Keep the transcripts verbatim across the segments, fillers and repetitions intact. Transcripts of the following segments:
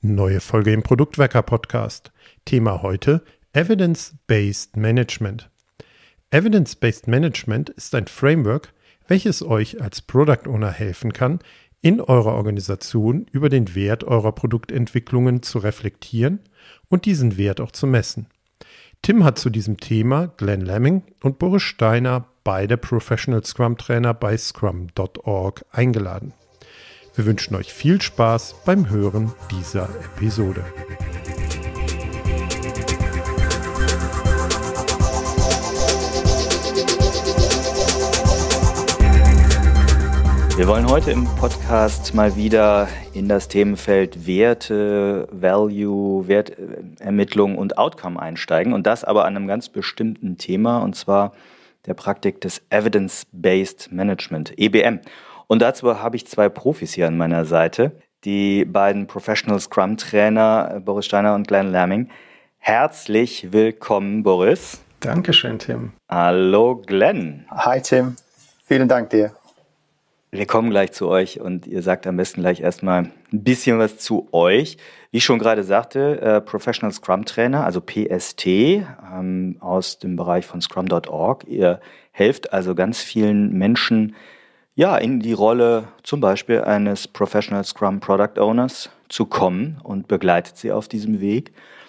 Neue Folge im Produktwerker-Podcast. Thema heute: Evidence-Based Management. Evidence-Based Management ist ein Framework, welches euch als Product Owner helfen kann, in eurer Organisation über den Wert eurer Produktentwicklungen zu reflektieren und diesen Wert auch zu messen. Tim hat zu diesem Thema Glenn Lamming und Boris Steiner, beide Professional Scrum Trainer bei scrum Punkt org, eingeladen. Wir wünschen euch viel Spaß beim Hören dieser Episode. Wir wollen heute im Podcast mal wieder in das Themenfeld Werte, Value, Wertermittlung und Outcome einsteigen und das aber an einem ganz bestimmten Thema, und zwar der Praktik des Evidence-Based Management, E B M. Und dazu habe ich zwei Profis hier an meiner Seite, die beiden Professional Scrum Trainer Boris Steiner und Glenn Lamming. Herzlich willkommen, Boris. Dankeschön, Tim. Hallo, Glenn. Hi, Tim. Vielen Dank dir. Wir kommen gleich zu euch und ihr sagt am besten gleich erstmal ein bisschen was zu euch. Wie ich schon gerade sagte, äh, Professional Scrum Trainer, also P S T, ähm, aus dem Bereich von scrum Punkt org. Ihr helft also ganz vielen Menschen, ja, in die Rolle zum Beispiel eines Professional Scrum Product Owners zu kommen und begleitet sie auf diesem Weg.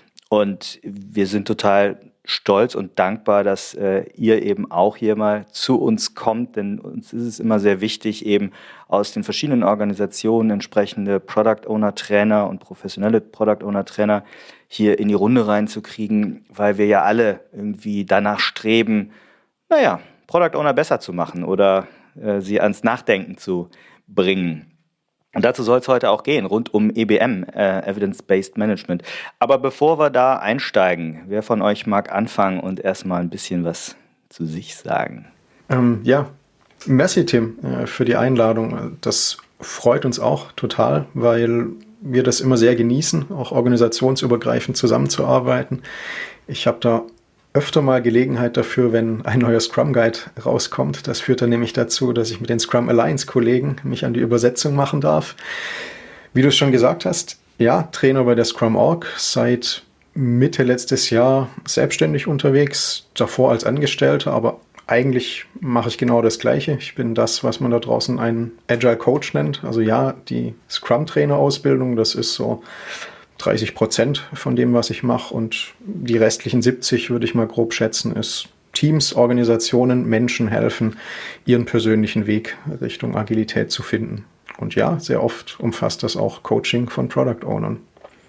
Und wir sind total stolz und dankbar, dass äh, ihr eben auch hier mal zu uns kommt, denn uns ist es immer sehr wichtig, eben aus den verschiedenen Organisationen entsprechende Product Owner Trainer und professionelle Product Owner Trainer hier in die Runde reinzukriegen, weil wir ja alle irgendwie danach streben, naja, Product Owner besser zu machen oder äh, sie ans Nachdenken zu bringen. Und dazu soll es heute auch gehen, rund um E B M, äh, Evidence-Based Management. Aber bevor wir da einsteigen, wer von euch mag anfangen und erstmal ein bisschen was zu sich sagen? Ähm, ja, merci Tim äh, für die Einladung. Das freut uns auch total, weil wir das immer sehr genießen, auch organisationsübergreifend zusammenzuarbeiten. Ich habe da öfter mal Gelegenheit dafür, wenn ein neuer Scrum Guide rauskommt. Das führt dann nämlich dazu, dass ich mit den Scrum Alliance Kollegen mich an die Übersetzung machen darf. Wie du es schon gesagt hast, ja, Trainer bei der Scrum Punkt org, seit Mitte letztes Jahr selbstständig unterwegs, davor als Angestellter, aber eigentlich mache ich genau das Gleiche. Ich bin das, was man da draußen einen Agile Coach nennt. Also ja, die Scrum Trainer Ausbildung, das ist so dreißig Prozent von dem, was ich mache, und die restlichen siebzig, würde ich mal grob schätzen, ist Teams, Organisationen, Menschen helfen, ihren persönlichen Weg Richtung Agilität zu finden. Und ja, sehr oft umfasst das auch Coaching von Product Ownern.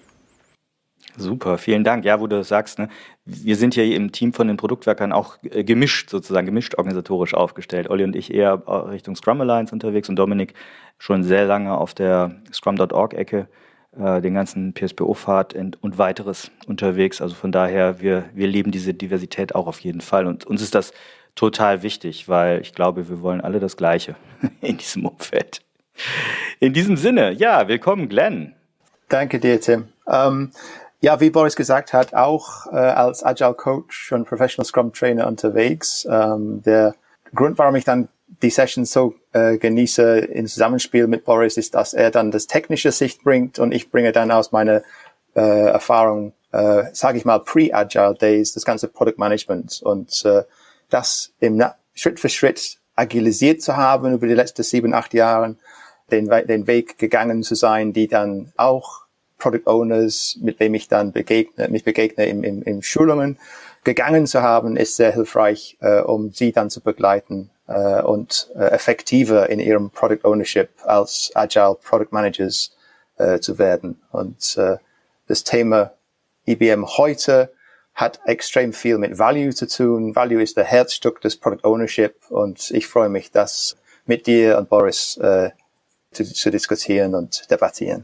Super, vielen Dank. Ja, wo du das sagst, ne, wir sind hier im Team von den Produktwerkern auch äh, gemischt, sozusagen gemischt organisatorisch aufgestellt. Olli und ich eher Richtung Scrum Alliance unterwegs und Dominik schon sehr lange auf der scrum Punkt org-Ecke, den ganzen P S P O-Pfad und weiteres unterwegs. Also von daher, wir, wir leben diese Diversität auch auf jeden Fall. Und uns ist das total wichtig, weil ich glaube, wir wollen alle das Gleiche in diesem Umfeld. In diesem Sinne, ja, willkommen, Glenn. Danke dir, Tim. Ähm, ja, wie Boris gesagt hat, auch äh, als Agile Coach und Professional Scrum Trainer unterwegs. Ähm, der Grund, warum ich dann die Sessions so äh, genieße im Zusammenspiel mit Boris, ist, dass er dann das technische Sicht bringt und ich bringe dann aus meiner äh, Erfahrung, äh, sage ich mal, Pre-Agile Days, das ganze Product Management, und äh, das im Na- Schritt für Schritt agilisiert zu haben über die letzten sieben, acht Jahre, den, We- den Weg gegangen zu sein, die dann auch Product Owners, mit wem ich dann begegne, mich begegne im, im, im Schulungen, gegangen zu haben, ist sehr hilfreich, äh, um sie dann zu begleiten äh, und äh, effektiver in ihrem Product Ownership als Agile Product Managers äh, zu werden. Und äh, das Thema E B M heute hat extrem viel mit Value zu tun. Value ist der Herzstück des Product Ownership, und ich freue mich, das mit dir und Boris äh, zu, zu diskutieren und debattieren.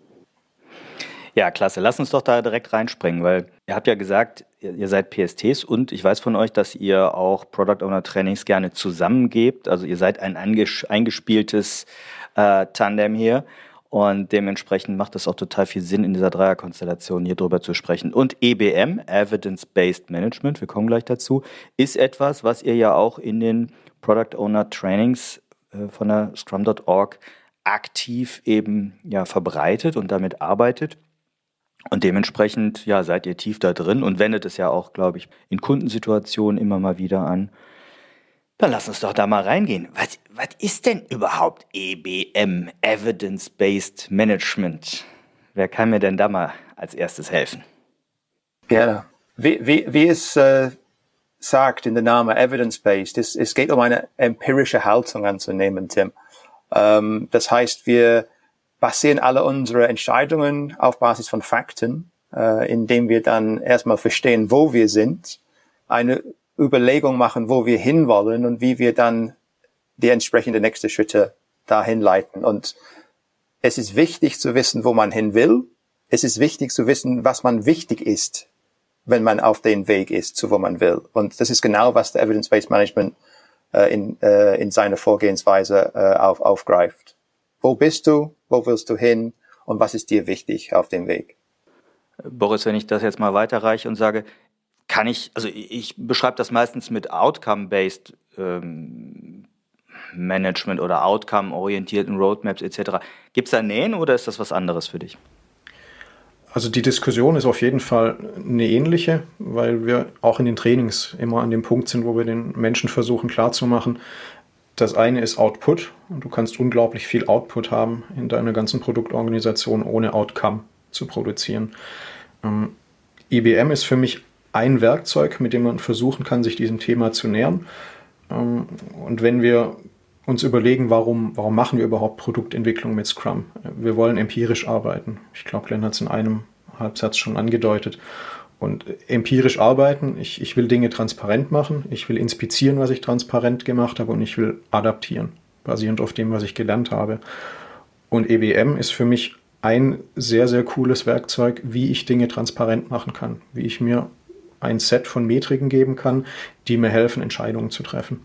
Ja, klasse. Lass uns doch da direkt reinspringen, weil ihr habt ja gesagt, ihr, ihr seid P S Ts und ich weiß von euch, dass ihr auch Product Owner Trainings gerne zusammengebt. Also ihr seid ein einges- eingespieltes äh, Tandem hier und dementsprechend macht es auch total viel Sinn, in dieser Dreierkonstellation hier drüber zu sprechen. Und E B M, Evidence-Based Management, wir kommen gleich dazu, ist etwas, was ihr ja auch in den Product Owner Trainings äh, von der scrum Punkt org aktiv eben ja verbreitet und damit arbeitet. Und dementsprechend, ja, seid ihr tief da drin und wendet es ja auch, glaube ich, in Kundensituationen immer mal wieder an. Dann lass uns doch da mal reingehen. Was, was ist denn überhaupt E B M, Evidence-Based Management? Wer kann mir denn da mal als erstes helfen? Gerne. Wie, wie, wie es äh, sagt in der Name Evidence-Based, es, es geht um eine empirische Haltung anzunehmen, Tim. Ähm, das heißt, wir basieren alle unsere Entscheidungen auf Basis von Fakten, äh, indem wir dann erstmal verstehen, wo wir sind, eine Überlegung machen, wo wir hinwollen und wie wir dann die entsprechenden nächsten Schritte dahin leiten. Und es ist wichtig zu wissen, wo man hin will. Es ist wichtig zu wissen, was man wichtig ist, wenn man auf den Weg ist, zu wo man will. Und das ist genau, was der Evidence-Based Management äh, in, äh, in seiner Vorgehensweise äh, auf, aufgreift. Wo bist du? Wo willst du hin? Und was ist dir wichtig auf dem Weg? Boris, wenn ich das jetzt mal weiterreiche und sage, kann ich, also ich beschreibe das meistens mit Outcome-Based ähm, Management oder Outcome-orientierten Roadmaps et cetera. Gibt es da Nähen oder ist das was anderes für dich? Also die Diskussion ist auf jeden Fall eine ähnliche, weil wir auch in den Trainings immer an dem Punkt sind, wo wir den Menschen versuchen klarzumachen, das eine ist Output und du kannst unglaublich viel Output haben in deiner ganzen Produktorganisation, ohne Outcome zu produzieren. Ähm, E B M ist für mich ein Werkzeug, mit dem man versuchen kann, sich diesem Thema zu nähern. Ähm, und wenn wir uns überlegen, warum, warum machen wir überhaupt Produktentwicklung mit Scrum? Wir wollen empirisch arbeiten. Ich glaube, Glenn hat es in einem Halbsatz schon angedeutet. Und empirisch arbeiten, ich, ich will Dinge transparent machen, ich will inspizieren, was ich transparent gemacht habe und ich will adaptieren, basierend auf dem, was ich gelernt habe. Und E B M ist für mich ein sehr, sehr cooles Werkzeug, wie ich Dinge transparent machen kann, wie ich mir ein Set von Metriken geben kann, die mir helfen, Entscheidungen zu treffen.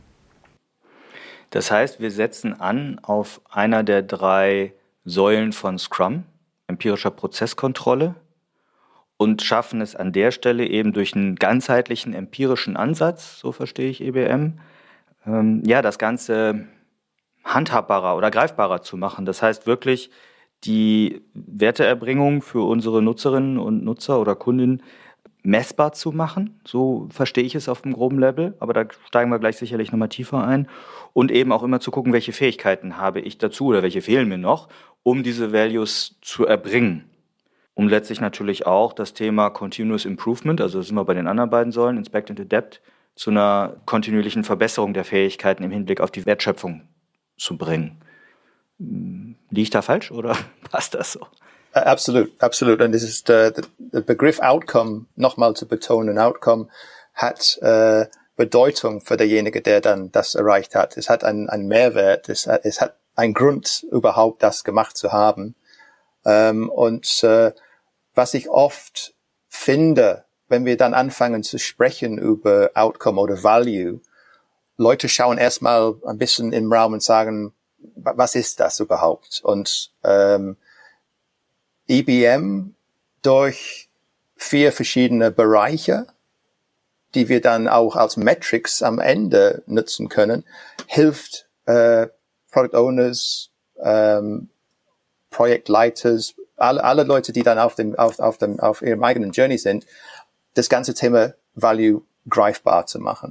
Das heißt, wir setzen an auf einer der drei Säulen von Scrum, empirischer Prozesskontrolle, und schaffen es an der Stelle eben durch einen ganzheitlichen empirischen Ansatz, so verstehe ich E B M, ähm, ja, das Ganze handhabbarer oder greifbarer zu machen. Das heißt wirklich, die Werteerbringung für unsere Nutzerinnen und Nutzer oder Kundinnen messbar zu machen. So verstehe ich es auf einem groben Level, aber da steigen wir gleich sicherlich nochmal tiefer ein. Und eben auch immer zu gucken, welche Fähigkeiten habe ich dazu oder welche fehlen mir noch, um diese Values zu erbringen. Um letztlich natürlich auch das Thema Continuous Improvement, also das sind wir bei den anderen beiden Säulen, Inspect and Adapt, zu einer kontinuierlichen Verbesserung der Fähigkeiten im Hinblick auf die Wertschöpfung zu bringen. Liege ich da falsch oder passt das so? Absolut, absolut. Und das ist der, der Begriff Outcome, nochmal zu betonen, Outcome hat äh, Bedeutung für derjenige, der dann das erreicht hat. Es hat einen, einen Mehrwert, es, es hat einen Grund, überhaupt das gemacht zu haben. Ähm, und äh, was ich oft finde, wenn wir dann anfangen zu sprechen über Outcome oder Value, Leute schauen erstmal ein bisschen im Raum und sagen, was ist das überhaupt? Und ähm, E B M durch vier verschiedene Bereiche, die wir dann auch als Metrics am Ende nutzen können, hilft äh, Product Owners, ähm, Projektleiters, alle, alle Leute, die dann auf dem, auf, auf dem, auf ihrem eigenen Journey sind, das ganze Thema Value greifbar zu machen.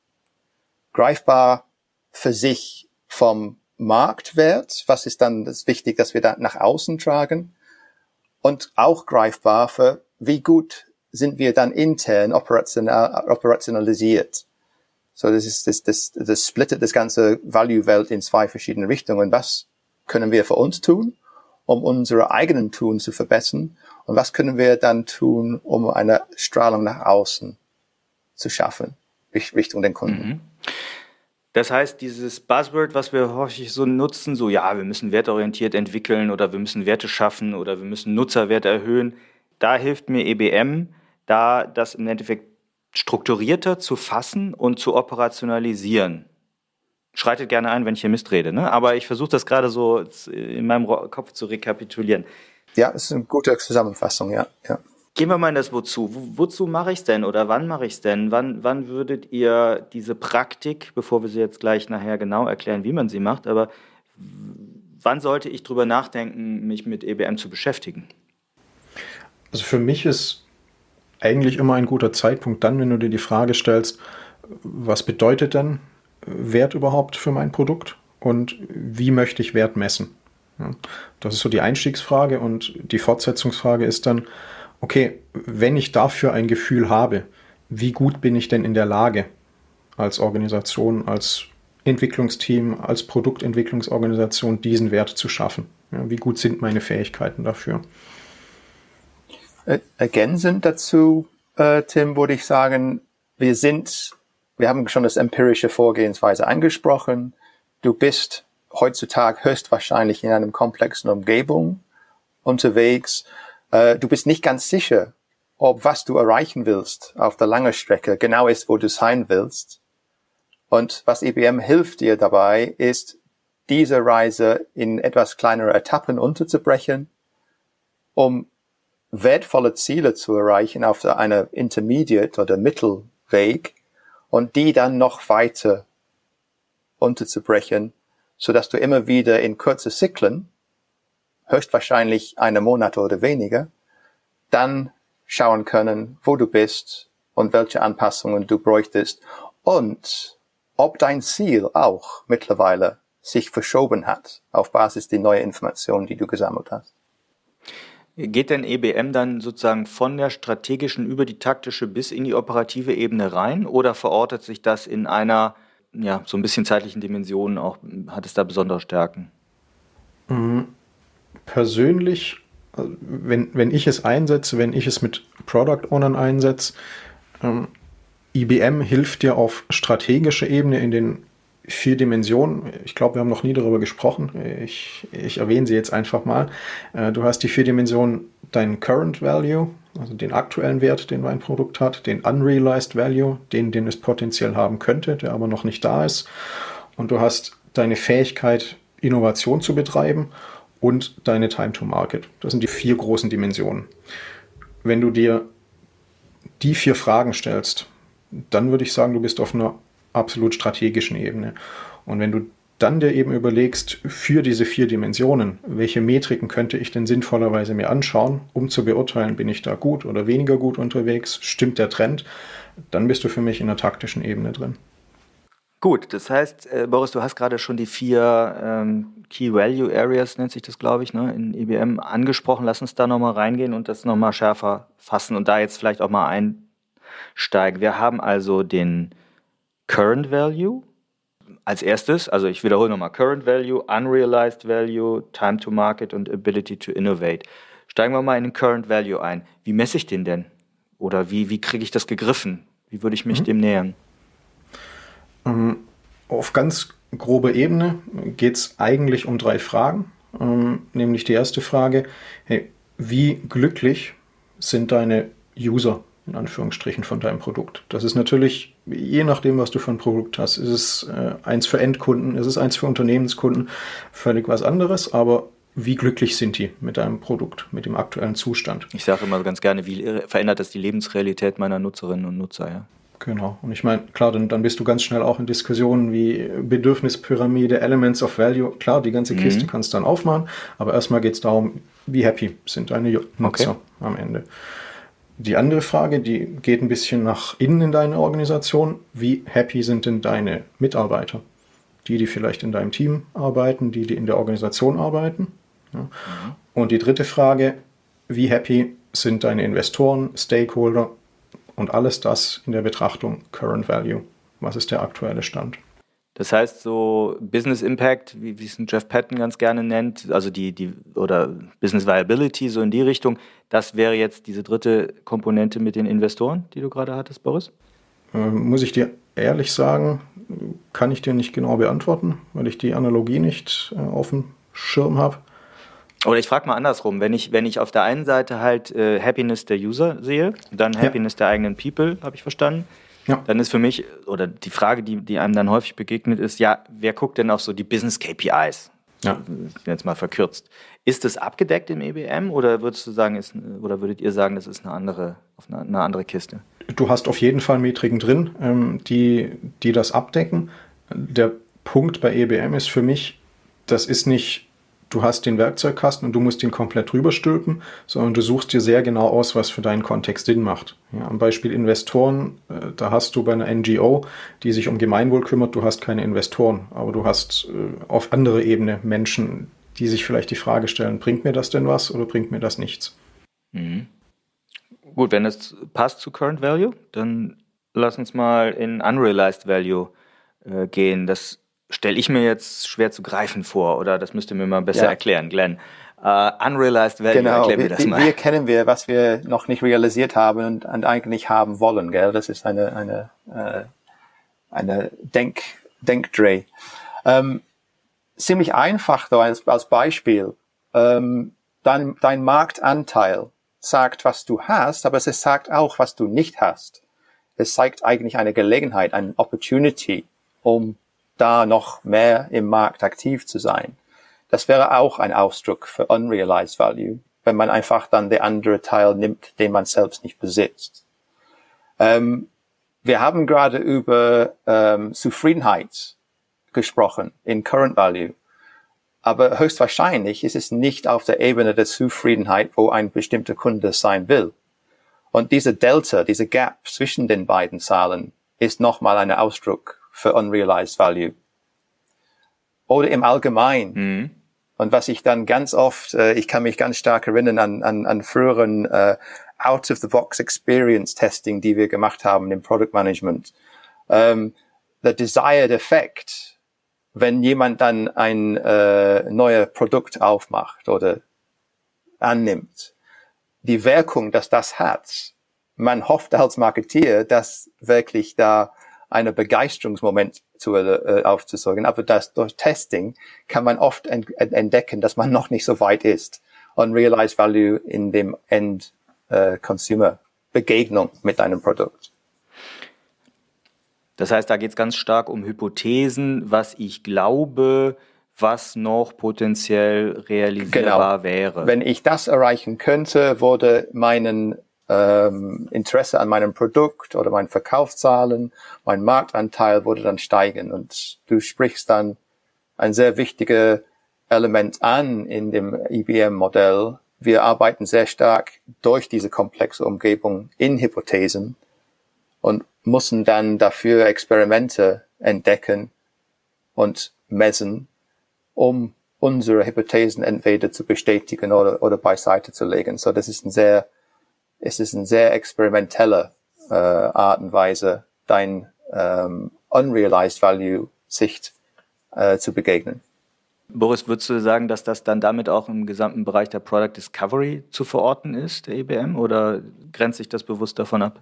Greifbar für sich vom Marktwert, was ist dann das wichtig, dass wir da nach außen tragen, und auch greifbar für, wie gut sind wir dann intern operational, operationalisiert. So, das ist, das, das, das splittet das ganze Value-Welt in zwei verschiedene Richtungen. Was können wir für uns tun, um unsere eigenen Tun zu verbessern? Und was können wir dann tun, um eine Strahlung nach außen zu schaffen, Richtung den Kunden? Mhm. Das heißt, dieses Buzzword, was wir häufig so nutzen, so ja, wir müssen wertorientiert entwickeln oder wir müssen Werte schaffen oder wir müssen Nutzerwerte erhöhen, da hilft mir E B M, da das im Endeffekt strukturierter zu fassen und zu operationalisieren. Schreitet gerne ein, wenn ich hier Mist rede, ne? Aber ich versuche das gerade so in meinem Kopf zu rekapitulieren. Ja, das ist eine gute Zusammenfassung, ja, ja. Gehen wir mal in das Wozu. Wo, wozu mache ich es denn oder wann mache ich es denn? Wann, wann würdet ihr diese Praktik, bevor wir sie jetzt gleich nachher genau erklären, wie man sie macht, aber wann sollte ich drüber nachdenken, mich mit E B M zu beschäftigen? Also für mich ist eigentlich immer ein guter Zeitpunkt dann, wenn du dir die Frage stellst, was bedeutet denn Wert überhaupt für mein Produkt und wie möchte ich Wert messen? Ja, das ist so die Einstiegsfrage, und die Fortsetzungsfrage ist dann, okay, wenn ich dafür ein Gefühl habe, wie gut bin ich denn in der Lage, als Organisation, als Entwicklungsteam, als Produktentwicklungsorganisation diesen Wert zu schaffen? Ja, wie gut sind meine Fähigkeiten dafür? Ergänzend dazu, äh, Tim, würde ich sagen, wir sind, wir haben schon das empirische Vorgehensweise angesprochen. Du bist heutzutage höchstwahrscheinlich in einem komplexen Umgebung unterwegs. Äh, du bist nicht ganz sicher, ob was du erreichen willst auf der langen Strecke genau ist, wo du sein willst. Und was I B M hilft dir dabei, ist, diese Reise in etwas kleinere Etappen unterzubrechen, um wertvolle Ziele zu erreichen auf einer Intermediate- oder Mittelweg und die dann noch weiter unterzubrechen, so dass du immer wieder in kurze Zyklen, höchstwahrscheinlich eine Monat oder weniger, dann schauen können, wo du bist und welche Anpassungen du bräuchtest und ob dein Ziel auch mittlerweile sich verschoben hat auf Basis der neuen Informationen, die du gesammelt hast. Geht denn E B M dann sozusagen von der strategischen über die taktische bis in die operative Ebene rein, oder verortet sich das in einer, ja, so ein bisschen zeitlichen Dimension auch, hat es da besondere Stärken? Persönlich, wenn, wenn ich es einsetze, wenn ich es mit Product Ownern einsetze, ähm, I B M hilft dir auf strategischer Ebene in den vier Dimensionen. Ich glaube, wir haben noch nie darüber gesprochen. Ich, ich erwähne sie jetzt einfach mal. Du hast die vier Dimensionen, deinen Current Value, also den aktuellen Wert, den ein Produkt hat, den Unrealized Value, den, den es potenziell haben könnte, der aber noch nicht da ist. Und du hast deine Fähigkeit, Innovation zu betreiben, und deine Time to Market. Das sind die vier großen Dimensionen. Wenn du dir die vier Fragen stellst, dann würde ich sagen, du bist auf einer absolut strategischen Ebene. Und wenn du dann dir eben überlegst, für diese vier Dimensionen, welche Metriken könnte ich denn sinnvollerweise mir anschauen, um zu beurteilen, bin ich da gut oder weniger gut unterwegs, stimmt der Trend, dann bist du für mich in der taktischen Ebene drin. Gut, das heißt, äh, Boris, du hast gerade schon die vier ähm, Key Value Areas, nennt sich das, glaube ich, ne, in I B M angesprochen. Lass uns da nochmal reingehen und das nochmal schärfer fassen und da jetzt vielleicht auch mal einsteigen. Wir haben also den Current Value als erstes, also ich wiederhole nochmal, Current Value, Unrealized Value, Time to Market und Ability to Innovate. Steigen wir mal in den Current Value ein. Wie messe ich den denn? Oder wie, wie kriege ich das gegriffen? Wie würde ich mich mhm. dem nähern? Um, auf ganz grober Ebene geht es eigentlich um drei Fragen. Um, nämlich die erste Frage, hey, wie glücklich sind deine User, in Anführungsstrichen, von deinem Produkt? Das ist natürlich, je nachdem, was du für ein Produkt hast, ist es äh, eins für Endkunden, ist es eins für Unternehmenskunden, völlig was anderes, aber wie glücklich sind die mit deinem Produkt, mit dem aktuellen Zustand? Ich sage immer ganz gerne, wie verändert das die Lebensrealität meiner Nutzerinnen und Nutzer, ja? Genau. Und ich meine, klar, dann, dann bist du ganz schnell auch in Diskussionen wie Bedürfnispyramide, Elements of Value. Klar, die ganze Kiste mhm. kannst du dann aufmachen, aber erstmal geht es darum, wie happy sind deine Nutzer okay. am Ende. Die andere Frage, die geht ein bisschen nach innen in deine Organisation. Wie happy sind denn deine Mitarbeiter? Die, die vielleicht in deinem Team arbeiten, die, die in der Organisation arbeiten. Ja. Mhm. Und die dritte Frage, wie happy sind deine Investoren, Stakeholder und alles das in der Betrachtung Current Value? Was ist der aktuelle Stand? Das heißt, so Business Impact, wie, wie es Jeff Patton ganz gerne nennt, also die, die, oder Business Viability, so in die Richtung, das wäre jetzt diese dritte Komponente mit den Investoren, die du gerade hattest, Boris? Ähm, muss ich dir ehrlich sagen, kann ich dir nicht genau beantworten, weil ich die Analogie nicht äh, auf dem Schirm habe. Oder ich frage mal andersrum, wenn ich, wenn ich auf der einen Seite halt äh, Happiness der User sehe, dann Happiness ja. der eigenen People, habe ich verstanden, ja. dann ist für mich, oder die Frage, die, die einem dann häufig begegnet ist, ja, wer guckt denn auf so die Business K P Is? Ja. Ich bin jetzt mal verkürzt. Ist das abgedeckt im E B M oder würdest du sagen, ist, oder würdet ihr sagen, das ist eine andere, eine, eine andere Kiste? Du hast auf jeden Fall Metriken drin, ähm, die, die das abdecken. Der Punkt bei E B M ist für mich, das ist nicht du hast den Werkzeugkasten und du musst ihn komplett drüber stülpen, sondern du suchst dir sehr genau aus, was für deinen Kontext Sinn macht. Ja, am Beispiel Investoren, äh, da hast du bei einer N G O, die sich um Gemeinwohl kümmert, du hast keine Investoren, aber du hast äh, auf anderer Ebene Menschen, die sich vielleicht die Frage stellen, bringt mir das denn was oder bringt mir das nichts? Mhm. Gut, wenn es passt zu Current Value, dann lass uns mal in Unrealized Value äh, gehen. Das stelle ich mir jetzt schwer zu greifen vor, oder das müsst ihr mir mal besser ja. erklären, Glenn. Uh, Unrealized Value, genau. erklär mir das wie, mal. Wie erkennen wir, was wir noch nicht realisiert haben und, und eigentlich haben wollen, gell? Das ist eine, eine, äh, eine Denk, Denkdreh. Ähm, ziemlich einfach, though, als, als Beispiel. Ähm, dein, dein Marktanteil sagt, was du hast, aber es sagt auch, was du nicht hast. Es zeigt eigentlich eine Gelegenheit, eine Opportunity, um da noch mehr im Markt aktiv zu sein. Das wäre auch ein Ausdruck für Unrealized Value, wenn man einfach dann der andere Teil nimmt, den man selbst nicht besitzt. Ähm, wir haben gerade über ähm, Zufriedenheit gesprochen in Current Value, aber höchstwahrscheinlich ist es nicht auf der Ebene der Zufriedenheit, wo ein bestimmter Kunde sein will. Und diese Delta, diese Gap zwischen den beiden Zahlen ist nochmal ein Ausdruck für Unrealized Value. Oder im Allgemeinen. Mhm. Und was ich dann ganz oft, äh, ich kann mich ganz stark erinnern an, an, an früheren äh, Out-of-the-Box-Experience-Testing, die wir gemacht haben im Product Management. Ähm, the desired effect, wenn jemand dann ein äh, neues Produkt aufmacht oder annimmt, die Wirkung, dass das hat, man hofft als Marketeer, dass wirklich da eine Begeisterungsmoment zu äh, aufzusorgen. Aber das durch Testing kann man oft ent- entdecken, dass man noch nicht so weit ist. Unrealized Value in dem End-Consumer-Begegnung äh, mit einem Produkt. Das heißt, da geht es ganz stark um Hypothesen, was ich glaube, was noch potenziell realisierbar genau. wäre. Wenn ich das erreichen könnte, würde meinen ähm, Interesse an meinem Produkt oder meinen Verkaufszahlen, mein Marktanteil würde dann steigen. Und du sprichst dann ein sehr wichtiges Element an in dem I B M-Modell. Wir arbeiten sehr stark durch diese komplexe Umgebung in Hypothesen und müssen dann dafür Experimente entdecken und messen, um unsere Hypothesen entweder zu bestätigen oder, oder beiseite zu legen. So, das ist ein sehr, es ist eine sehr experimentelle äh, Art und Weise, dein ähm, Unrealized Value Sicht äh, zu begegnen. Boris, würdest du sagen, dass das dann damit auch im gesamten Bereich der Product Discovery zu verorten ist, der I B M, oder grenzt sich das bewusst davon ab?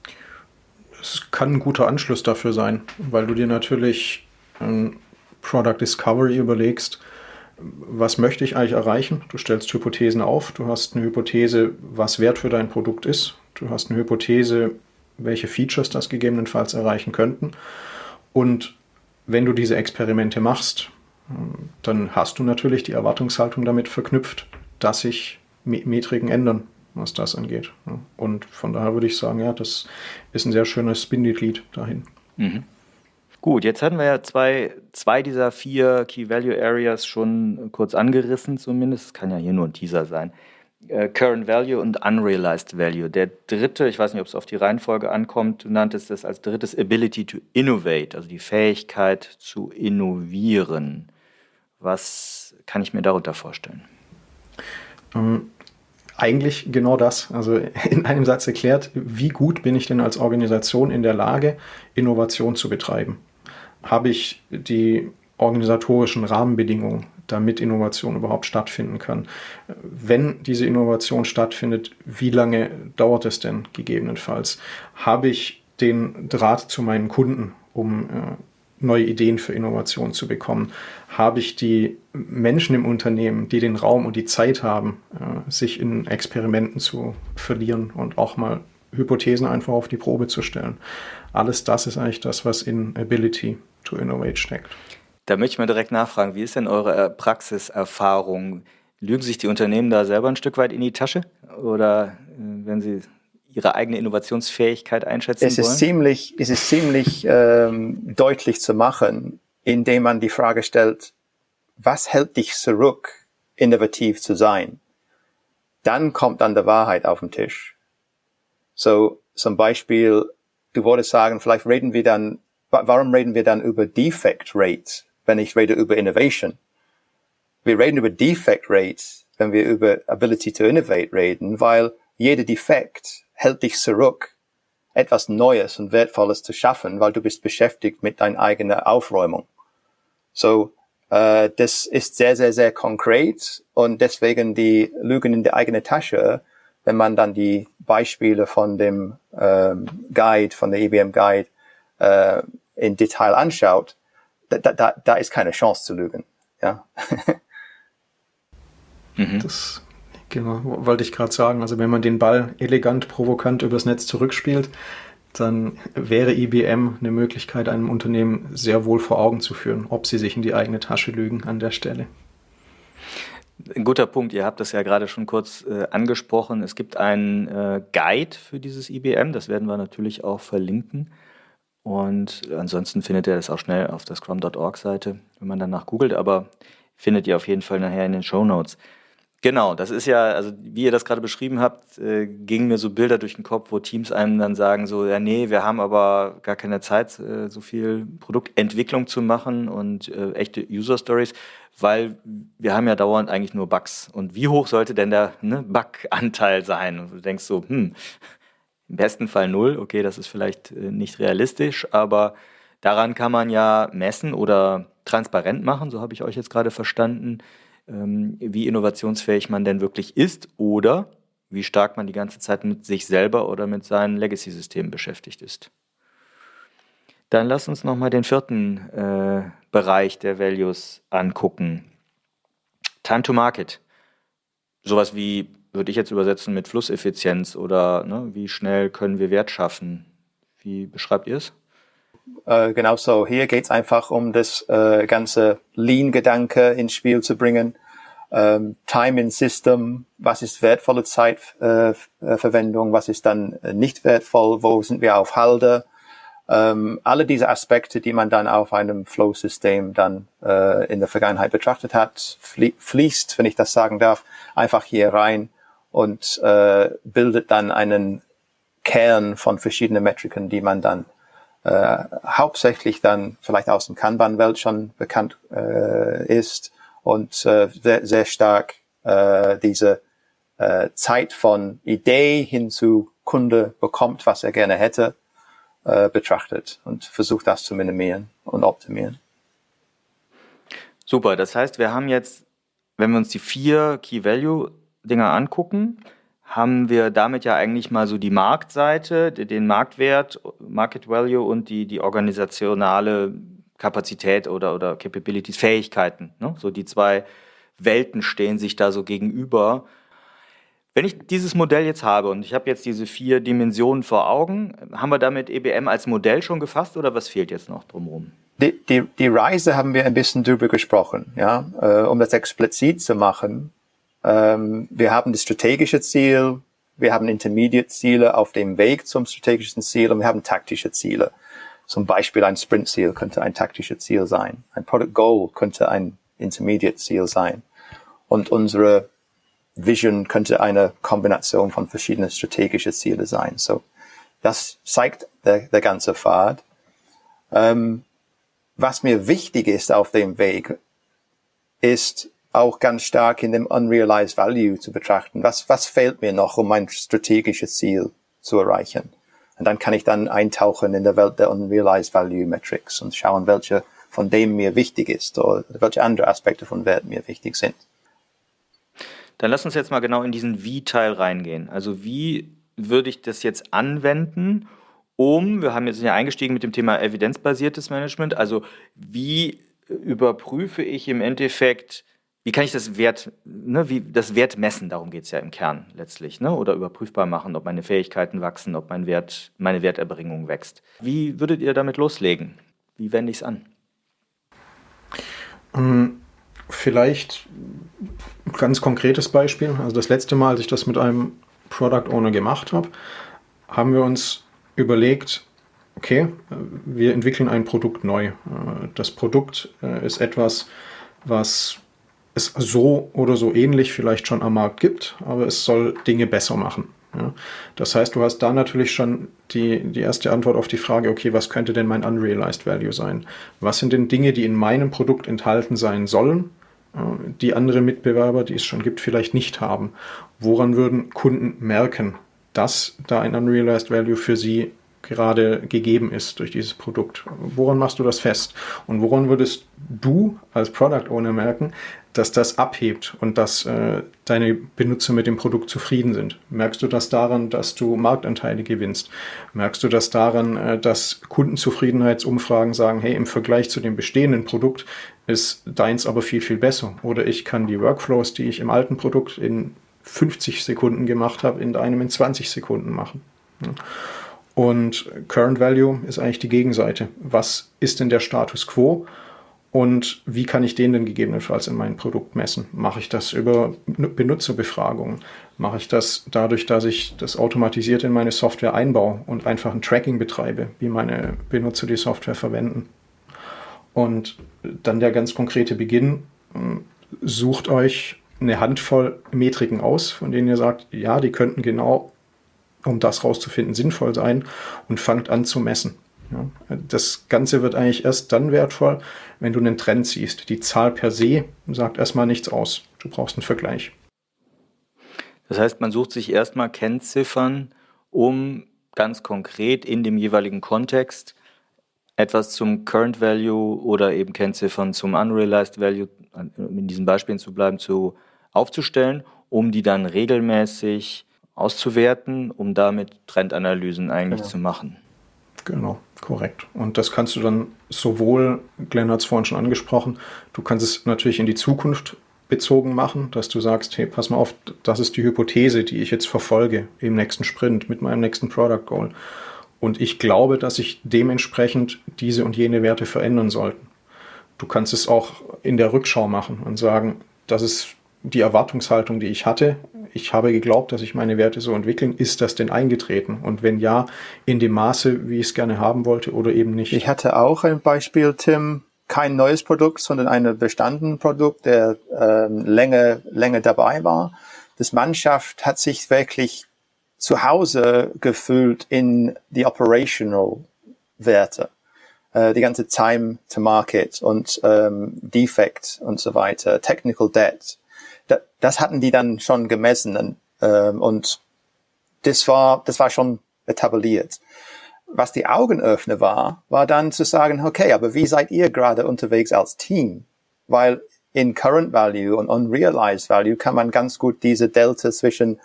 Es kann ein guter Anschluss dafür sein, weil du dir natürlich ähm, Product Discovery überlegst, was möchte ich eigentlich erreichen? Du stellst Hypothesen auf, du hast eine Hypothese, was Wert für dein Produkt ist, du hast eine Hypothese, welche Features das gegebenenfalls erreichen könnten, und wenn du diese Experimente machst, dann hast du natürlich die Erwartungshaltung damit verknüpft, dass sich Metriken ändern, was das angeht. Und von daher würde ich sagen, ja, das ist ein sehr schönes Bindeglied dahin. Mhm. Gut, jetzt hatten wir ja zwei, zwei dieser vier Key Value Areas schon kurz angerissen zumindest. Es kann ja hier nur ein Teaser sein. Äh, Current Value und Unrealized Value. Der dritte, ich weiß nicht, ob es auf die Reihenfolge ankommt, du nanntest es als drittes Ability to Innovate, also die Fähigkeit zu innovieren. Was kann ich mir darunter vorstellen? Ähm, eigentlich genau das. Also in einem Satz erklärt, wie gut bin ich denn als Organisation in der Lage, Innovation zu betreiben? Habe ich die organisatorischen Rahmenbedingungen, damit Innovation überhaupt stattfinden kann? Wenn diese Innovation stattfindet, wie lange dauert es denn gegebenenfalls? Habe ich den Draht zu meinen Kunden, um äh, neue Ideen für Innovation zu bekommen? Habe ich die Menschen im Unternehmen, die den Raum und die Zeit haben, äh, sich in Experimenten zu verlieren und auch mal Hypothesen einfach auf die Probe zu stellen? Alles das ist eigentlich das, was in Ability to Innovate steckt. Da möchte ich mal direkt nachfragen, wie ist denn eure Praxiserfahrung? Lügen sich die Unternehmen da selber ein Stück weit in die Tasche? Oder äh, wenn sie ihre eigene Innovationsfähigkeit einschätzen es ist wollen? Ziemlich, es ist ziemlich ähm, deutlich zu machen, indem man die Frage stellt, was hält dich zurück, innovativ zu sein. Dann kommt dann die Wahrheit auf den Tisch. So, zum Beispiel, du wolltest sagen, vielleicht reden wir dann, warum reden wir dann über Defect Rate, wenn ich rede über Innovation? Wir reden über Defect Rate, wenn wir über Ability to Innovate reden, weil jeder Defekt hält dich zurück, etwas Neues und Wertvolles zu schaffen, weil du bist beschäftigt mit deiner eigenen Aufräumung. So, äh, das ist sehr, sehr, sehr konkret und deswegen die Lügen in die eigene Tasche, wenn man dann die Beispiele von dem ähm, Guide, von der I B M Guide äh, in Detail anschaut, da, da, da ist keine Chance zu lügen. Ja. mhm. Das genau, wollte ich gerade sagen. Also wenn man den Ball elegant, provokant übers Netz zurückspielt, dann wäre I B M eine Möglichkeit, einem Unternehmen sehr wohl vor Augen zu führen, ob sie sich in die eigene Tasche lügen an der Stelle. Ein guter Punkt, ihr habt das ja gerade schon kurz äh, angesprochen. Es gibt einen äh, Guide für dieses I B M, das werden wir natürlich auch verlinken. Und ansonsten findet ihr das auch schnell auf der scrum Punkt org Seite, wenn man danach googelt, aber findet ihr auf jeden Fall nachher in den Shownotes. Genau, das ist ja, also wie ihr das gerade beschrieben habt, äh, gingen mir so Bilder durch den Kopf, wo Teams einem dann sagen so, ja nee, wir haben aber gar keine Zeit, äh, so viel Produktentwicklung zu machen und äh, echte User-Stories, weil wir haben ja dauernd eigentlich nur Bugs. Und wie hoch sollte denn der ne, Bug-Anteil sein? Und du denkst so, hm, im besten Fall null, okay, das ist vielleicht äh, nicht realistisch, aber daran kann man ja messen oder transparent machen, so habe ich euch jetzt gerade verstanden, wie innovationsfähig man denn wirklich ist oder wie stark man die ganze Zeit mit sich selber oder mit seinen Legacy-Systemen beschäftigt ist. Dann lass uns nochmal den vierten äh, Bereich der Values angucken. Time to Market. Sowas wie, würde ich jetzt übersetzen, mit Flusseffizienz oder ne, wie schnell können wir Wert schaffen. Wie beschreibt ihr es? Äh, genau so. Hier geht's einfach um das äh, ganze Lean-Gedanke ins Spiel zu bringen. Ähm, Time in System, was ist wertvolle Zeitverwendung, äh, was ist dann äh, nicht wertvoll, wo sind wir auf Halde. Ähm, alle diese Aspekte, die man dann auf einem Flow-System dann äh, in der Vergangenheit betrachtet hat, flie- fließt, wenn ich das sagen darf, einfach hier rein und äh, bildet dann einen Kern von verschiedenen Metriken, die man dann Äh, hauptsächlich dann vielleicht aus dem Kanban-Welt schon bekannt äh, ist und äh, sehr, sehr stark äh, diese äh, Zeit von Idee hin zu Kunde bekommt, was er gerne hätte, äh, betrachtet und versucht das zu minimieren und optimieren. Super, das heißt, wir haben jetzt, wenn wir uns die vier Key-Value-Dinger angucken, haben wir damit ja eigentlich mal so die Marktseite, den Marktwert, Market Value und die, die organisationale Kapazität oder, oder Capabilities, Fähigkeiten. Ne? So die zwei Welten stehen sich da so gegenüber. Wenn ich dieses Modell jetzt habe und ich habe jetzt diese vier Dimensionen vor Augen, haben wir damit E B M als Modell schon gefasst oder was fehlt jetzt noch drumherum? Die, die, die Reise haben wir ein bisschen drüber gesprochen, ja, äh, um das explizit zu machen. Ähm, wir haben das strategische Ziel, wir haben Intermediate-Ziele auf dem Weg zum strategischen Ziel und wir haben taktische Ziele. Zum Beispiel ein Sprint-Ziel könnte ein taktisches Ziel sein. Ein Product Goal könnte ein Intermediate-Ziel sein. Und unsere Vision könnte eine Kombination von verschiedenen strategischen Zielen sein. So, das zeigt der, der ganze Pfad. Ähm, was mir wichtig ist auf dem Weg, ist auch ganz stark in dem Unrealized Value zu betrachten. Was, was fehlt mir noch, um mein strategisches Ziel zu erreichen? Und dann kann ich dann eintauchen in der Welt der Unrealized Value Metrics und schauen, welche von dem mir wichtig ist oder welche andere Aspekte von Wert mir wichtig sind. Dann lass uns jetzt mal genau in diesen Wie-Teil reingehen. Also wie würde ich das jetzt anwenden, um, wir haben jetzt ja eingestiegen mit dem Thema evidenzbasiertes Management, also wie überprüfe ich im Endeffekt, wie kann ich das Wert, ne, wie das Wert messen, darum geht es ja im Kern letztlich, ne, oder überprüfbar machen, ob meine Fähigkeiten wachsen, ob mein Wert, meine Werterbringung wächst. Wie würdet ihr damit loslegen? Wie wende ich es an? Um, vielleicht ein ganz konkretes Beispiel. Also das letzte Mal, als ich das mit einem Product Owner gemacht habe, haben wir uns überlegt, okay, wir entwickeln ein Produkt neu. Das Produkt ist etwas, was es so oder so ähnlich vielleicht schon am Markt gibt, aber es soll Dinge besser machen. Ja. Das heißt, du hast da natürlich schon die, die erste Antwort auf die Frage, okay, was könnte denn mein Unrealized Value sein? Was sind denn Dinge, die in meinem Produkt enthalten sein sollen, die andere Mitbewerber, die es schon gibt, vielleicht nicht haben? Woran würden Kunden merken, dass da ein Unrealized Value für sie gerade gegeben ist durch dieses Produkt? Woran machst du das fest? Und woran würdest du als Product Owner merken, dass das abhebt und dass äh, deine Benutzer mit dem Produkt zufrieden sind? Merkst du das daran, dass du Marktanteile gewinnst? Merkst du das daran, äh, dass Kundenzufriedenheitsumfragen sagen, hey, im Vergleich zu dem bestehenden Produkt ist deins aber viel, viel besser? Oder ich kann die Workflows, die ich im alten Produkt in fünfzig Sekunden gemacht habe, in einem in zwanzig Sekunden machen. Ja. Und Current Value ist eigentlich die Gegenseite. Was ist denn der Status Quo und wie kann ich den denn gegebenenfalls in meinem Produkt messen? Mache ich das über Benutzerbefragungen? Mache ich das dadurch, dass ich das automatisiert in meine Software einbaue und einfach ein Tracking betreibe, wie meine Benutzer die Software verwenden? Und dann der ganz konkrete Beginn. Sucht euch eine Handvoll Metriken aus, von denen ihr sagt, ja, die könnten genau, um das rauszufinden, sinnvoll sein, und fangt an zu messen. Ja, das Ganze wird eigentlich erst dann wertvoll, wenn du einen Trend siehst. Die Zahl per se sagt erstmal nichts aus. Du brauchst einen Vergleich. Das heißt, man sucht sich erstmal Kennziffern, um ganz konkret in dem jeweiligen Kontext etwas zum Current Value oder eben Kennziffern zum Unrealized Value, um in diesen Beispielen zu bleiben, zu aufzustellen, um die dann regelmäßig auszuwerten, um damit Trendanalysen eigentlich genau. zu machen. Genau, korrekt. Und das kannst du dann sowohl, Glenn hat es vorhin schon angesprochen, du kannst es natürlich in die Zukunft bezogen machen, dass du sagst, hey, pass mal auf, das ist die Hypothese, die ich jetzt verfolge im nächsten Sprint mit meinem nächsten Product Goal. Und ich glaube, dass sich dementsprechend diese und jene Werte verändern sollten. Du kannst es auch in der Rückschau machen und sagen, das ist die Erwartungshaltung, die ich hatte. Ich habe geglaubt, dass sich meine Werte so entwickeln. Ist das denn eingetreten? Und wenn ja, in dem Maße, wie ich es gerne haben wollte oder eben nicht? Ich hatte auch ein Beispiel, Tim. Kein neues Produkt, sondern ein bestandenes Produkt, der ähm, länger, länger dabei war. Das Mannschaft hat sich wirklich zu Hause gefühlt in die Operational Werte. Äh, die ganze Time to Market und ähm, Defect und so weiter, Technical Debt. Da, das hatten die dann schon gemessen und, ähm, und das war, das war schon etabliert. Was die Augenöffner war, war dann zu sagen, okay, aber wie seid ihr gerade unterwegs als Team? Weil in Current Value und Unrealized Value kann man ganz gut diese Delta zwischen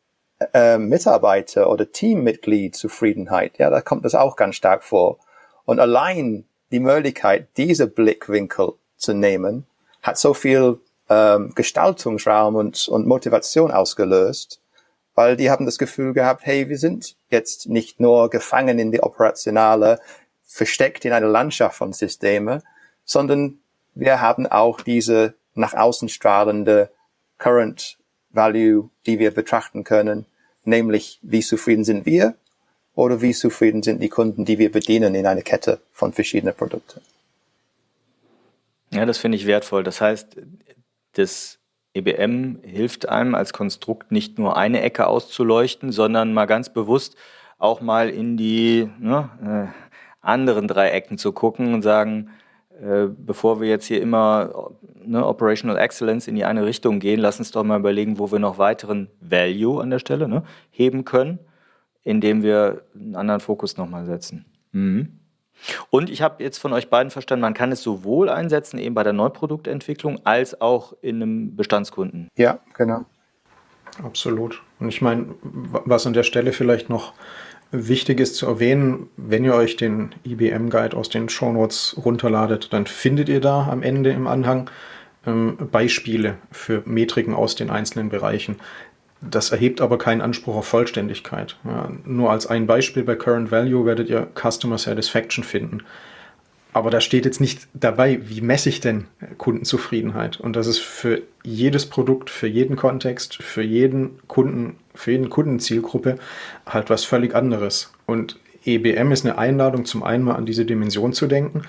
äh, Mitarbeiter oder Teammitglied Zufriedenheit, ja, da kommt das auch ganz stark vor. Und allein die Möglichkeit, diese Blickwinkel zu nehmen, hat so viel ähm, Gestaltungsraum und, und Motivation ausgelöst, weil die haben das Gefühl gehabt, hey, wir sind jetzt nicht nur gefangen in die operationale, versteckt in einer Landschaft von Systemen, sondern wir haben auch diese nach außen strahlende Current Value, die wir betrachten können, nämlich wie zufrieden sind wir oder wie zufrieden sind die Kunden, die wir bedienen in einer Kette von verschiedenen Produkten. Ja, das finde ich wertvoll. Das heißt, das E B M hilft einem als Konstrukt nicht nur eine Ecke auszuleuchten, sondern mal ganz bewusst auch mal in die ne, äh, anderen drei Ecken zu gucken und sagen, äh, bevor wir jetzt hier immer ne, Operational Excellence in die eine Richtung gehen, lass uns doch mal überlegen, wo wir noch weiteren Value an der Stelle ne, heben können, indem wir einen anderen Fokus nochmal setzen. Mhm. Und ich habe jetzt von euch beiden verstanden, man kann es sowohl einsetzen eben bei der Neuproduktentwicklung als auch in einem Bestandskunden. Ja, genau. Absolut. Und ich meine, was an der Stelle vielleicht noch wichtig ist zu erwähnen, wenn ihr euch den I B M-Guide aus den Shownotes runterladet, dann findet ihr da am Ende im Anhang ähm, Beispiele für Metriken aus den einzelnen Bereichen. Das erhebt aber keinen Anspruch auf Vollständigkeit. Ja, nur als ein Beispiel bei Current Value werdet ihr Customer Satisfaction finden. Aber da steht jetzt nicht dabei, wie messe ich denn Kundenzufriedenheit? Und das ist für jedes Produkt, für jeden Kontext, für jeden Kunden, für jeden Kundenzielgruppe halt was völlig anderes. Und E B M ist eine Einladung, zum einen mal an diese Dimension zu denken,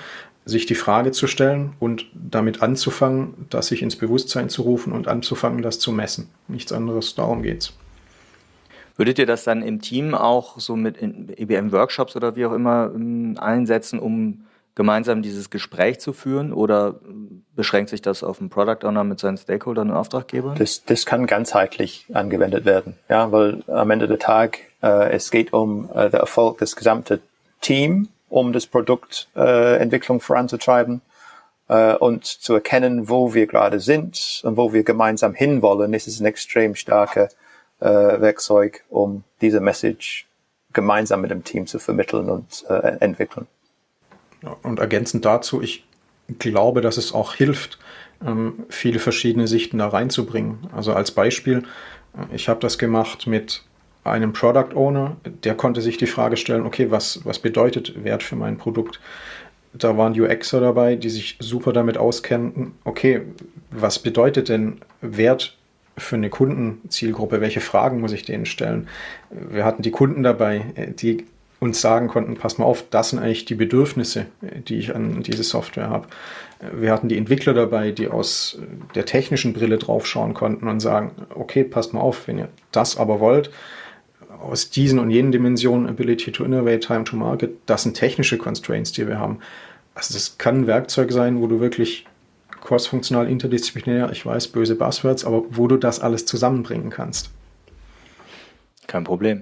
sich die Frage zu stellen und damit anzufangen, das sich ins Bewusstsein zu rufen und anzufangen, das zu messen. Nichts anderes, darum geht's. Würdet ihr das dann im Team auch so mit E B M-Workshops oder wie auch immer einsetzen, um gemeinsam dieses Gespräch zu führen, oder beschränkt sich das auf den Product Owner mit seinen Stakeholdern und Auftraggebern? Das, das kann ganzheitlich angewendet werden, ja, weil am Ende des Tages äh, es geht um äh, den Erfolg des gesamten Teams, um das Produktentwicklung äh, voranzutreiben äh, und zu erkennen, wo wir gerade sind und wo wir gemeinsam hinwollen. Das ist ein extrem starkes äh, Werkzeug, um diese Message gemeinsam mit dem Team zu vermitteln und äh, entwickeln. Und ergänzend dazu, ich glaube, dass es auch hilft, ähm, viele verschiedene Sichten da reinzubringen. Also als Beispiel, ich habe das gemacht mit einem Product Owner, der konnte sich die Frage stellen, okay, was, was bedeutet Wert für mein Produkt? Da waren U Xer dabei, die sich super damit auskannten, okay, was bedeutet denn Wert für eine Kundenzielgruppe? Welche Fragen muss ich denen stellen? Wir hatten die Kunden dabei, die uns sagen konnten, pass mal auf, das sind eigentlich die Bedürfnisse, die ich an diese Software habe. Wir hatten die Entwickler dabei, die aus der technischen Brille draufschauen konnten und sagen, okay, passt mal auf, wenn ihr das aber wollt, aus diesen und jenen Dimensionen, Ability to Innovate, Time to Market, das sind technische Constraints, die wir haben. Also das kann ein Werkzeug sein, wo du wirklich crossfunktional, interdisziplinär, ich weiß, böse Buzzwords, aber wo du das alles zusammenbringen kannst. Kein Problem.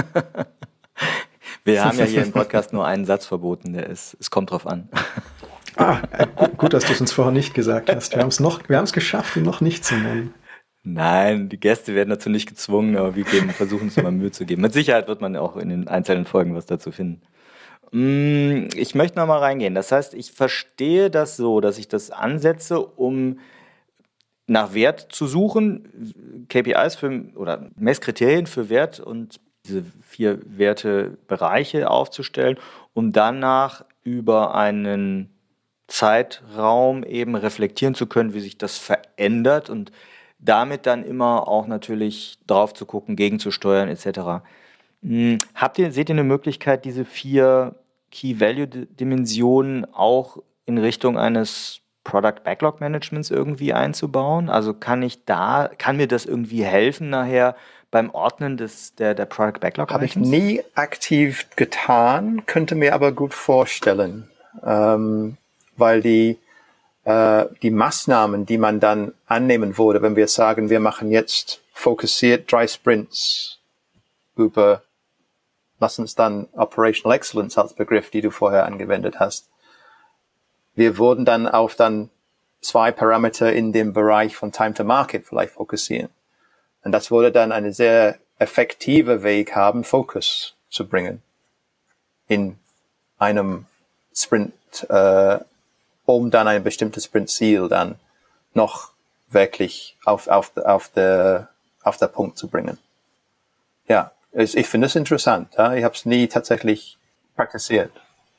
Wir haben ja hier im Podcast nur einen Satz verboten, der ist, es kommt drauf an. Ah, äh, gut, gut, dass du es uns vorher nicht gesagt hast. Wir haben es noch, wir haben es geschafft, ihn noch nicht zu nennen. Nein, die Gäste werden dazu nicht gezwungen, aber wir geben, versuchen es mal Mühe zu geben. Mit Sicherheit wird man auch in den einzelnen Folgen was dazu finden. Ich möchte noch mal reingehen. Das heißt, ich verstehe das so, dass ich das ansetze, um nach Wert zu suchen, K P Is für, oder Messkriterien für Wert und diese vier Wertebereiche aufzustellen, um danach über einen Zeitraum eben reflektieren zu können, wie sich das verändert und damit dann immer auch natürlich drauf zu gucken, gegenzusteuern et cetera. Habt ihr, seht ihr eine Möglichkeit, diese vier Key-Value-Dimensionen auch in Richtung eines Product Backlog Managements irgendwie einzubauen? Also kann ich da, kann mir das irgendwie helfen nachher beim Ordnen des, der, der Product Backlog Managements? Habe ich nie aktiv getan, könnte mir aber gut vorstellen, ähm, weil die äh, die Maßnahmen, die man dann annehmen würde, wenn wir sagen, wir machen jetzt fokussiert drei Sprints über, lass uns dann Operational Excellence als Begriff, die du vorher angewendet hast. Wir würden dann auf dann zwei Parameter in dem Bereich von Time to Market vielleicht fokussieren. Und das würde dann eine sehr effektive Weg haben, Fokus zu bringen in einem Sprint, äh, um dann ein bestimmtes Sprintziel dann noch wirklich auf, auf, auf der, auf der Punkt zu bringen. Ja, ich, ich finde es interessant. Ja? Ich habe es nie tatsächlich praktiziert.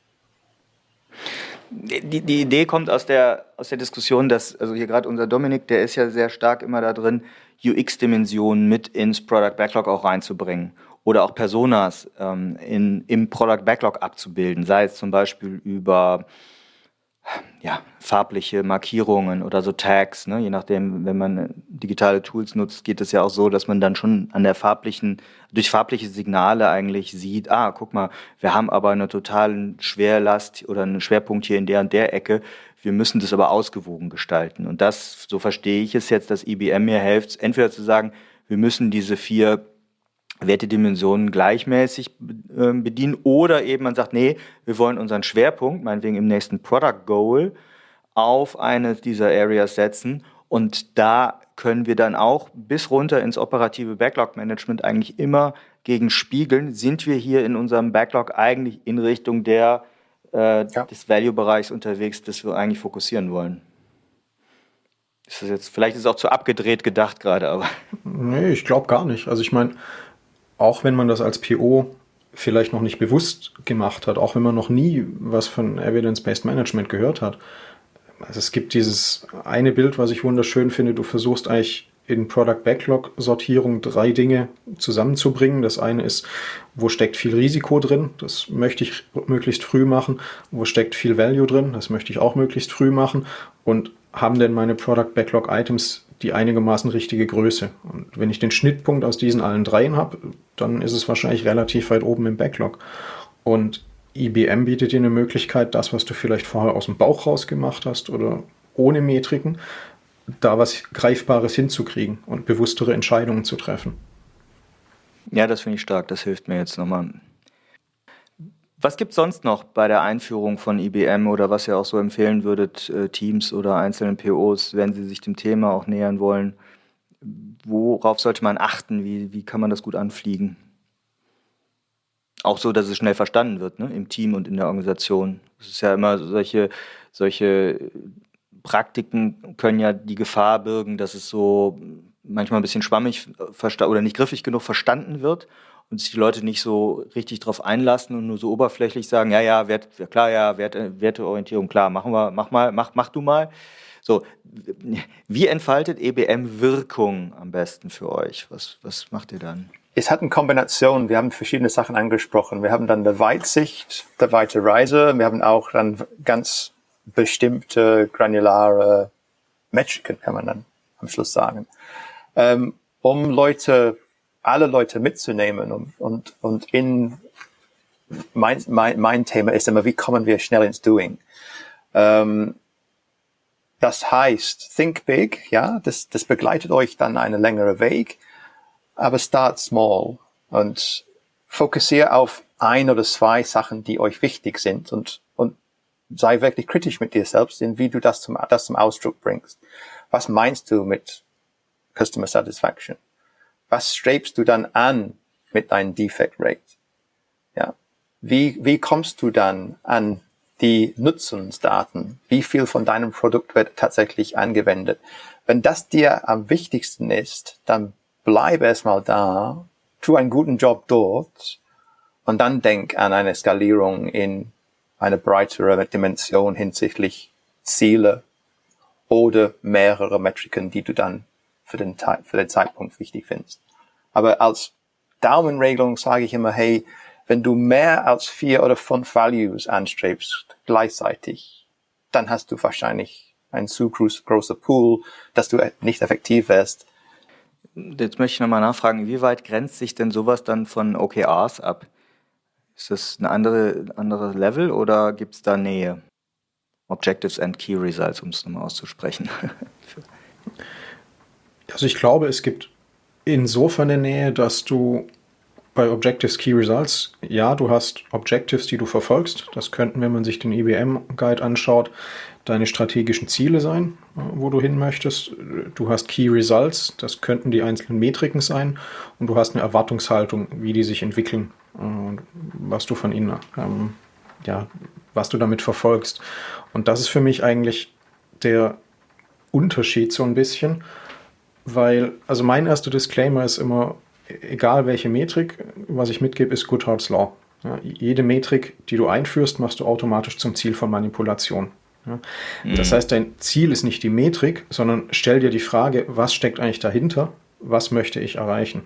Die, die Idee kommt aus der, aus der Diskussion, dass, also hier gerade unser Dominik, der ist ja sehr stark immer da drin, U X-Dimensionen mit ins Product Backlog auch reinzubringen oder auch Personas ähm, in, im Product Backlog abzubilden, sei es zum Beispiel über ja, farbliche Markierungen oder so Tags, ne? Je nachdem, wenn man digitale Tools nutzt, geht es ja auch so, dass man dann schon an der farblichen, durch farbliche Signale eigentlich sieht, ah, guck mal, wir haben aber eine totale Schwerlast oder einen Schwerpunkt hier in der und der Ecke, wir müssen das aber ausgewogen gestalten. Und das, so verstehe ich es jetzt, dass I B M mir hilft, entweder zu sagen, wir müssen diese vier Wertedimensionen gleichmäßig äh, bedienen oder eben man sagt, nee, wir wollen unseren Schwerpunkt, meinetwegen im nächsten Product Goal, auf eine dieser Areas setzen und da können wir dann auch bis runter ins operative Backlog-Management eigentlich immer gegen spiegeln, sind wir hier in unserem Backlog eigentlich in Richtung der, äh, ja. des Value-Bereichs unterwegs, das wir eigentlich fokussieren wollen. Ist das jetzt, vielleicht ist es auch zu abgedreht gedacht gerade, aber... Nee, ich glaube gar nicht. Also ich meine, auch wenn man das als P O vielleicht noch nicht bewusst gemacht hat, auch wenn man noch nie was von Evidence-Based Management gehört hat. Also es gibt dieses eine Bild, was ich wunderschön finde, du versuchst eigentlich in Product Backlog Sortierung drei Dinge zusammenzubringen. Das eine ist, wo steckt viel Risiko drin? Das möchte ich möglichst früh machen. Wo steckt viel Value drin? Das möchte ich auch möglichst früh machen. Und haben denn meine Product Backlog Items die einigermaßen richtige Größe? Und wenn ich den Schnittpunkt aus diesen allen dreien habe, dann ist es wahrscheinlich relativ weit oben im Backlog. Und I B M bietet dir eine Möglichkeit, das, was du vielleicht vorher aus dem Bauch raus gemacht hast oder ohne Metriken, da was Greifbares hinzukriegen und bewusstere Entscheidungen zu treffen. Ja, das finde ich stark. Das hilft mir jetzt nochmal. Was gibt es sonst noch bei der Einführung von I B M oder was ihr auch so empfehlen würdet, äh, Teams oder einzelnen P Os, wenn sie sich dem Thema auch nähern wollen? Worauf sollte man achten? Wie, wie kann man das gut anfliegen? Auch so, dass es schnell verstanden wird, ne? Im Team und in der Organisation. Es ist ja immer solche, solche Praktiken können ja die Gefahr birgen, dass es so manchmal ein bisschen schwammig versta- oder nicht griffig genug verstanden wird und sich die Leute nicht so richtig drauf einlassen und nur so oberflächlich sagen, ja, ja, Wert, ja klar, ja, Wert, Werteorientierung, klar, machen wir, mach mal, mach, mach du mal. So, wie entfaltet E B M Wirkung am besten für euch? Was, was macht ihr dann? Es hat eine Kombination. Wir haben verschiedene Sachen angesprochen. Wir haben dann die Weitsicht, die weite Reise. Wir haben auch dann ganz bestimmte granulare Metriken, kann man dann am Schluss sagen, ähm, um Leute, alle Leute mitzunehmen. Und, und, und in mein, mein, mein Thema ist immer, wie kommen wir schnell ins Doing? Ähm, das heißt, think big, ja, das, das begleitet euch dann einen längeren Weg, aber start small und fokussiere auf ein oder zwei Sachen, die euch wichtig sind und, und sei wirklich kritisch mit dir selbst, in wie du das zum, das zum Ausdruck bringst. Was meinst du mit Customer Satisfaction? Was strebst du dann an mit deinem Defect Rate? Ja. Wie, wie kommst du dann an die Nutzungsdaten? Wie viel von deinem Produkt wird tatsächlich angewendet? Wenn das dir am wichtigsten ist, dann bleib erstmal da, tu einen guten Job dort und dann denk an eine Skalierung in eine breitere Dimension hinsichtlich Ziele oder mehrere Metriken, die du dann für den, für den Zeitpunkt wichtig findest. Aber als Daumenregelung sage ich immer, hey, wenn du mehr als vier oder fünf Values anstrebst gleichzeitig, dann hast du wahrscheinlich einen zu großen Pool, dass du nicht effektiv wirst. Jetzt möchte ich nochmal nachfragen, wie weit grenzt sich denn sowas dann von O K Rs ab? Ist das ein andere, andere Level oder gibt es da Nähe? Objectives and Key Results, um es nochmal auszusprechen. Also ich glaube, es gibt insofern eine Nähe, dass du bei Objectives Key Results, ja, du hast Objectives, die du verfolgst. Das könnten, wenn man sich den I B M-Guide anschaut, deine strategischen Ziele sein, wo du hin möchtest. Du hast Key Results, das könnten die einzelnen Metriken sein. Und du hast eine Erwartungshaltung, wie die sich entwickeln und was du von ihnen, ähm, ja, was du damit verfolgst. Und das ist für mich eigentlich der Unterschied so ein bisschen, weil, also mein erster Disclaimer ist immer, egal welche Metrik, was ich mitgebe, ist Goodhart's Law. Ja, jede Metrik, die du einführst, machst du automatisch zum Ziel von Manipulation. Ja, mhm. Das heißt, dein Ziel ist nicht die Metrik, sondern stell dir die Frage, was steckt eigentlich dahinter? Was möchte ich erreichen?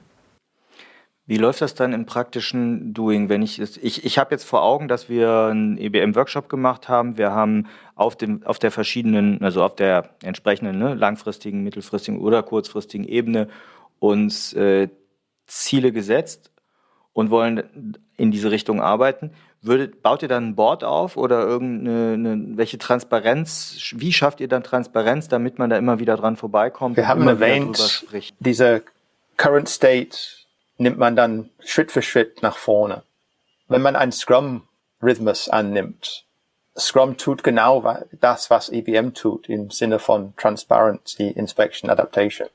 Wie läuft das dann im praktischen Doing? Wenn ich ich, ich habe jetzt vor Augen, dass wir einen E B M-Workshop gemacht haben. Wir haben auf dem auf der verschiedenen, also auf der entsprechenden ne, langfristigen, mittelfristigen oder kurzfristigen Ebene uns äh, Ziele gesetzt und wollen in diese Richtung arbeiten. Würdet, baut ihr dann ein Board auf oder irgendeine eine, welche Transparenz? Wie schafft ihr dann Transparenz, damit man da immer wieder dran vorbeikommt? Wir haben erwähnt, diese Current State nimmt man dann Schritt für Schritt nach vorne. Wenn man einen Scrum-Rhythmus annimmt, Scrum tut genau das, was E B M tut, im Sinne von Transparency, Inspection, Adaptation.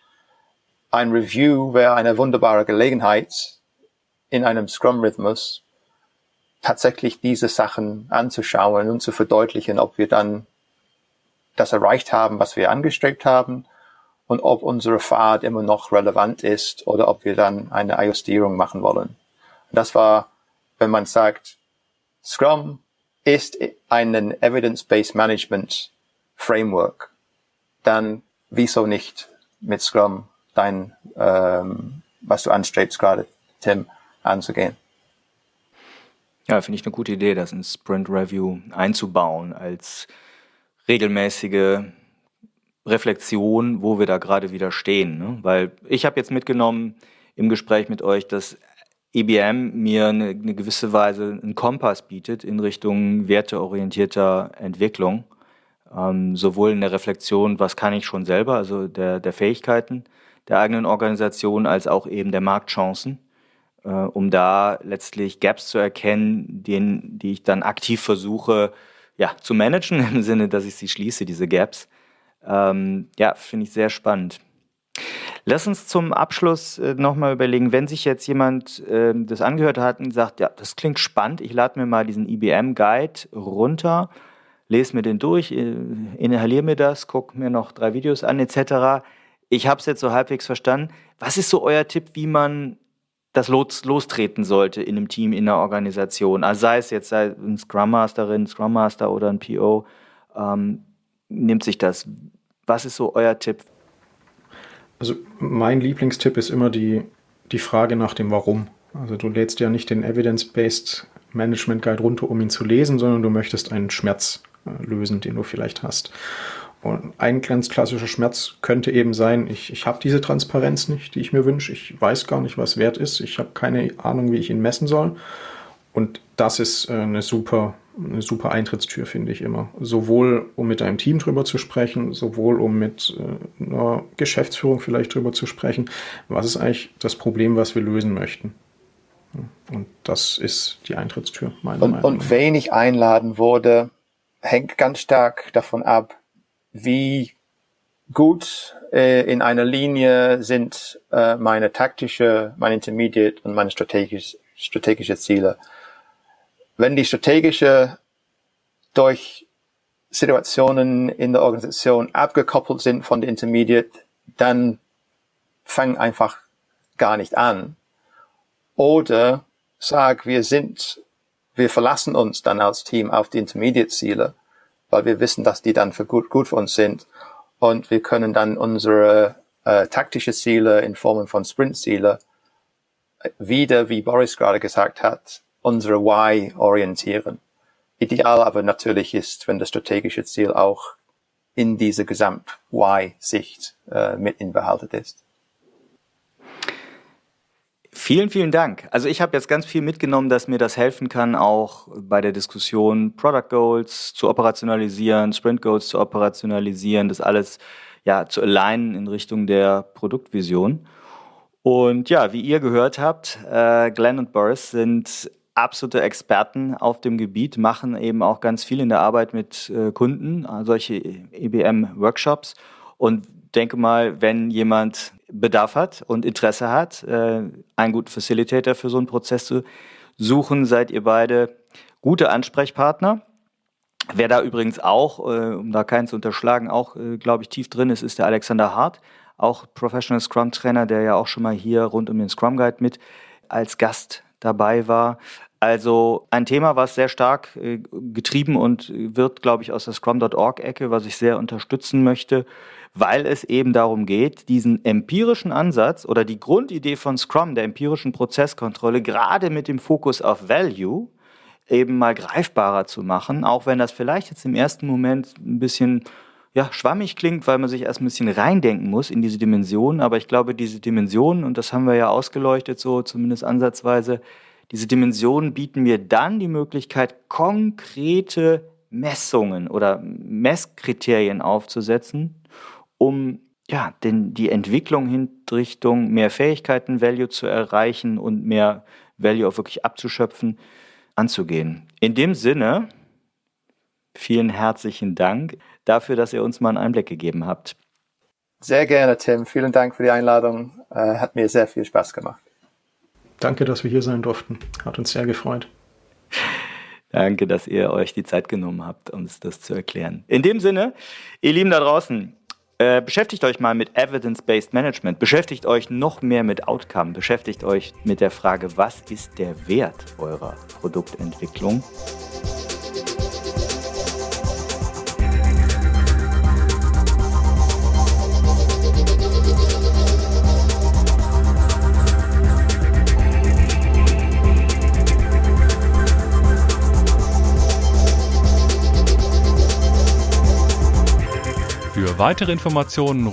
Ein Review wäre eine wunderbare Gelegenheit, in einem Scrum-Rhythmus tatsächlich diese Sachen anzuschauen und zu verdeutlichen, ob wir dann das erreicht haben, was wir angestrebt haben und ob unsere Pfad immer noch relevant ist oder ob wir dann eine Ajustierung machen wollen. Und das war, wenn man sagt, Scrum ist ein Evidence-Based Management Framework, dann wieso nicht mit Scrum dein, ähm, was du anstrebst gerade, Tim, anzugehen. Ja, finde ich eine gute Idee, das in Sprint Review einzubauen als regelmäßige Reflexion, wo wir da gerade wieder stehen. Ne? Weil ich habe jetzt mitgenommen im Gespräch mit euch, dass E B M mir eine, eine gewisse Weise einen Kompass bietet in Richtung werteorientierter Entwicklung. Ähm, sowohl in der Reflexion, was kann ich schon selber, also der, der Fähigkeiten der eigenen Organisation, als auch eben der Marktchancen, äh, um da letztlich Gaps zu erkennen, den, die ich dann aktiv versuche ja, zu managen, im Sinne, dass ich sie schließe, diese Gaps. Ähm, ja, finde ich sehr spannend. Lass uns zum Abschluss äh, nochmal überlegen, wenn sich jetzt jemand äh, das angehört hat und sagt, ja, das klingt spannend, ich lade mir mal diesen E B M-Guide runter, lese mir den durch, äh, inhaliere mir das, gucke mir noch drei Videos an et cetera. Ich habe es jetzt so halbwegs verstanden. Was ist so euer Tipp, wie man das los, lostreten sollte in einem Team, in einer Organisation? Also sei es jetzt sei ein Scrum Masterin, Scrum Master oder ein P O, ähm, nimmt sich das. Was ist so euer Tipp? Also mein Lieblingstipp ist immer die, die Frage nach dem Warum. Also du lädst ja nicht den Evidence-Based Management Guide runter, um ihn zu lesen, sondern du möchtest einen Schmerz äh, lösen, den du vielleicht hast. Und ein ganz klassischer Schmerz könnte eben sein, ich, ich habe diese Transparenz nicht, die ich mir wünsche. Ich weiß gar nicht, was Wert ist. Ich habe keine Ahnung, wie ich ihn messen soll. Und das ist äh, eine super eine super Eintrittstür, finde ich immer. Sowohl, um mit einem Team drüber zu sprechen, sowohl, um mit äh, einer Geschäftsführung vielleicht drüber zu sprechen. Was ist eigentlich das Problem, was wir lösen möchten? Und das ist die Eintrittstür, meiner und, Meinung nach. Und wen ich einladen würde, hängt ganz stark davon ab, wie gut äh, in einer Linie sind äh, meine taktische, meine Intermediate und meine strategische, strategische Ziele. Wenn die strategische durch Situationen in der Organisation abgekoppelt sind von der Intermediate, dann fang einfach gar nicht an. Oder sag, wir sind, wir verlassen uns dann als Team auf die Intermediate-Ziele, weil wir wissen, dass die dann für gut, gut für uns sind. Und wir können dann unsere äh, taktische Ziele in Form von Sprint-Ziele wieder, wie Boris gerade gesagt hat, unsere Why orientieren. Ideal aber natürlich ist, wenn das strategische Ziel auch in diese Gesamt-Why-Sicht äh, mit inbehalten ist. Vielen, vielen Dank. Also ich habe jetzt ganz viel mitgenommen, dass mir das helfen kann, auch bei der Diskussion Product Goals zu operationalisieren, Sprint Goals zu operationalisieren, das alles ja zu alignen in Richtung der Produktvision. Und ja, wie ihr gehört habt, äh, Glenn und Boris sind absolute Experten auf dem Gebiet, machen eben auch ganz viel in der Arbeit mit äh, Kunden, solche E B M-Workshops. Und denke mal, wenn jemand Bedarf hat und Interesse hat, äh, einen guten Facilitator für so einen Prozess zu suchen, seid ihr beide gute Ansprechpartner. Wer da übrigens auch, äh, um da keinen zu unterschlagen, auch, äh, glaube ich, tief drin ist, ist der Alexander Hart, auch Professional Scrum Trainer, der ja auch schon mal hier rund um den Scrum Guide mit als Gast dabei war. Also ein Thema, was sehr stark äh, getrieben und wird, glaube ich, aus der Scrum Punkt org-Ecke, was ich sehr unterstützen möchte, weil es eben darum geht, diesen empirischen Ansatz oder die Grundidee von Scrum, der empirischen Prozesskontrolle, gerade mit dem Fokus auf Value, eben mal greifbarer zu machen, auch wenn das vielleicht jetzt im ersten Moment ein bisschen ja, schwammig klingt, weil man sich erst ein bisschen reindenken muss in diese Dimensionen. Aber ich glaube, diese Dimensionen, und das haben wir ja ausgeleuchtet, so zumindest ansatzweise, diese Dimensionen bieten mir dann die Möglichkeit, konkrete Messungen oder Messkriterien aufzusetzen, um ja, den, die Entwicklung in Richtung mehr Fähigkeiten, Value zu erreichen und mehr Value auch wirklich abzuschöpfen, anzugehen. In dem Sinne, vielen herzlichen Dank dafür, dass ihr uns mal einen Einblick gegeben habt. Sehr gerne, Tim. Vielen Dank für die Einladung. Äh, hat mir sehr viel Spaß gemacht. Danke, dass wir hier sein durften. Hat uns sehr gefreut. Danke, dass ihr euch die Zeit genommen habt, uns das zu erklären. In dem Sinne, ihr Lieben da draußen, äh, beschäftigt euch mal mit Evidence-Based Management, beschäftigt euch noch mehr mit Outcome, beschäftigt euch mit der Frage, was ist der Wert eurer Produktentwicklung? Für weitere Informationen